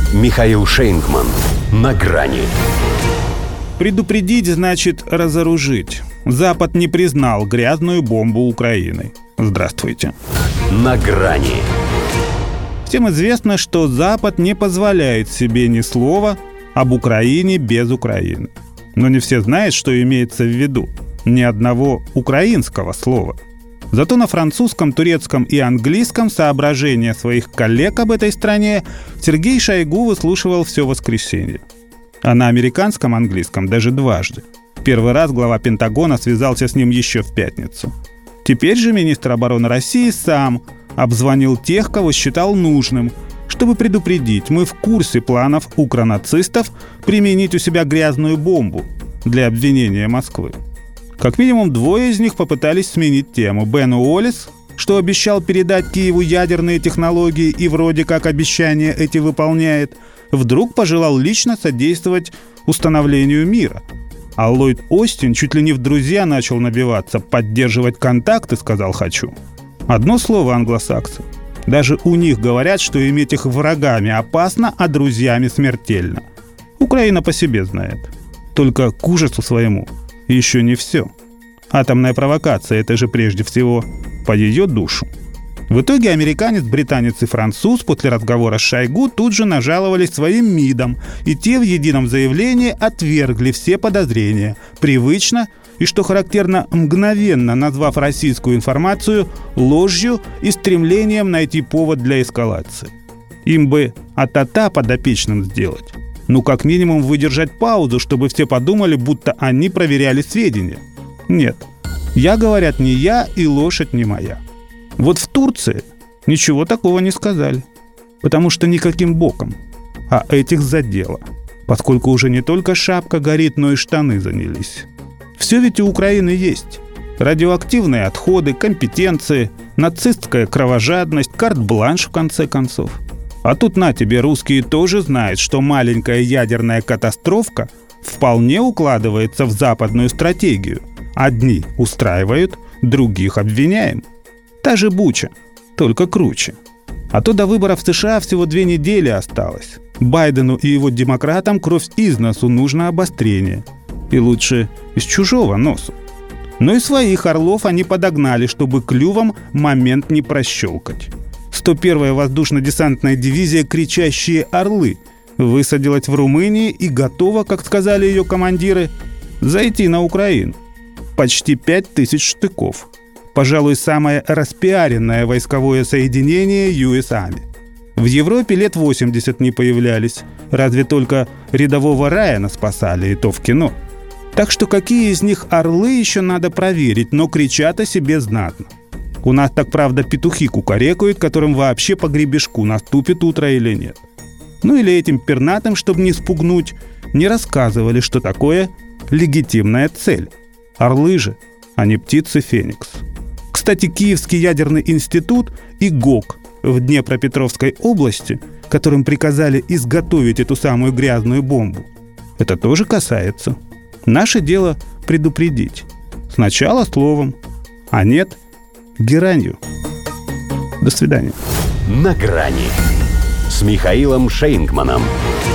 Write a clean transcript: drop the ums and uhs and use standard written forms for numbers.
Михаил Шейнгман. На грани. Предупредить значит разоружить. Запад не признал грязную бомбу Украины. Здравствуйте. На грани. Всем известно, что Запад не позволяет себе ни слова об Украине без Украины. Но не все знают, что имеется в виду. Ни одного украинского слова. Зато на французском, турецком и английском соображения своих коллег об этой стране Сергей Шойгу выслушивал все воскресенье. А на американском английском даже дважды. Первый раз глава Пентагона связался с ним еще в пятницу. Теперь же министр обороны России сам обзвонил тех, кого считал нужным, чтобы предупредить: мы в курсе планов укронацистов применить у себя грязную бомбу для обвинения Москвы. Как минимум двое из них попытались сменить тему. Бен Уоллес, что обещал передать Киеву ядерные технологии и вроде как обещания эти выполняет, вдруг пожелал лично содействовать установлению мира. А Ллойд Остин чуть ли не в друзья начал набиваться, поддерживать контакты, сказал «хочу». Одно слово англосаксы. Даже у них говорят, что иметь их врагами опасно, а друзьями смертельно. Украина по себе знает. Только к ужасу своему еще не все. Атомная провокация – это же прежде всего по ее душу. В итоге американец, британец и француз после разговора с Шойгу тут же нажаловались своим МИДам, и те в едином заявлении отвергли все подозрения, привычно и, что характерно, мгновенно назвав российскую информацию ложью и стремлением найти повод для эскалации. Им бы а-та-та подопечным сделать. Ну, как минимум, выдержать паузу, чтобы все подумали, будто они проверяли сведения. Нет. Я, говорят, не я, и лошадь не моя. Вот в Турции ничего такого не сказали. Потому что никаким боком. А этих задело. Поскольку уже не только шапка горит, но и штаны занялись. Все ведь у Украины есть. Радиоактивные отходы, компетенции, нацистская кровожадность, карт-бланш в конце концов. А тут на тебе, русские тоже знают, что маленькая ядерная катастрофка вполне укладывается в западную стратегию. Одни устраивают, других обвиняем. Та же Буча, только круче. А то до выборов в США всего 2 недели осталось. Байдену и его демократам кровь из носу нужно обострение. И лучше из чужого носу. Но и своих орлов они подогнали, чтобы клювом момент не прощелкать. 101-я воздушно-десантная дивизия «Кричащие орлы» высадилась в Румынии и готова, как сказали ее командиры, зайти на Украину. Почти 5000 штыков. Пожалуй, самое распиаренное войсковое соединение US Army. В Европе лет 80 не появлялись. Разве только рядового Райана спасали, и то в кино. Так что какие из них орлы еще надо проверить, но кричат о себе знатно. У нас так, правда, петухи кукарекают, которым вообще по гребешку, наступит утро или нет. Ну или этим пернатым, чтобы не спугнуть, не рассказывали, что такое легитимная цель. Орлы же, а не птицы Феникс. Кстати, Киевский ядерный институт и ГОК в Днепропетровской области, которым приказали изготовить эту самую грязную бомбу, это тоже касается. Наше дело предупредить. Сначала словом, а нет – геранью. До свидания. На грани с Михаилом Шейнгманом.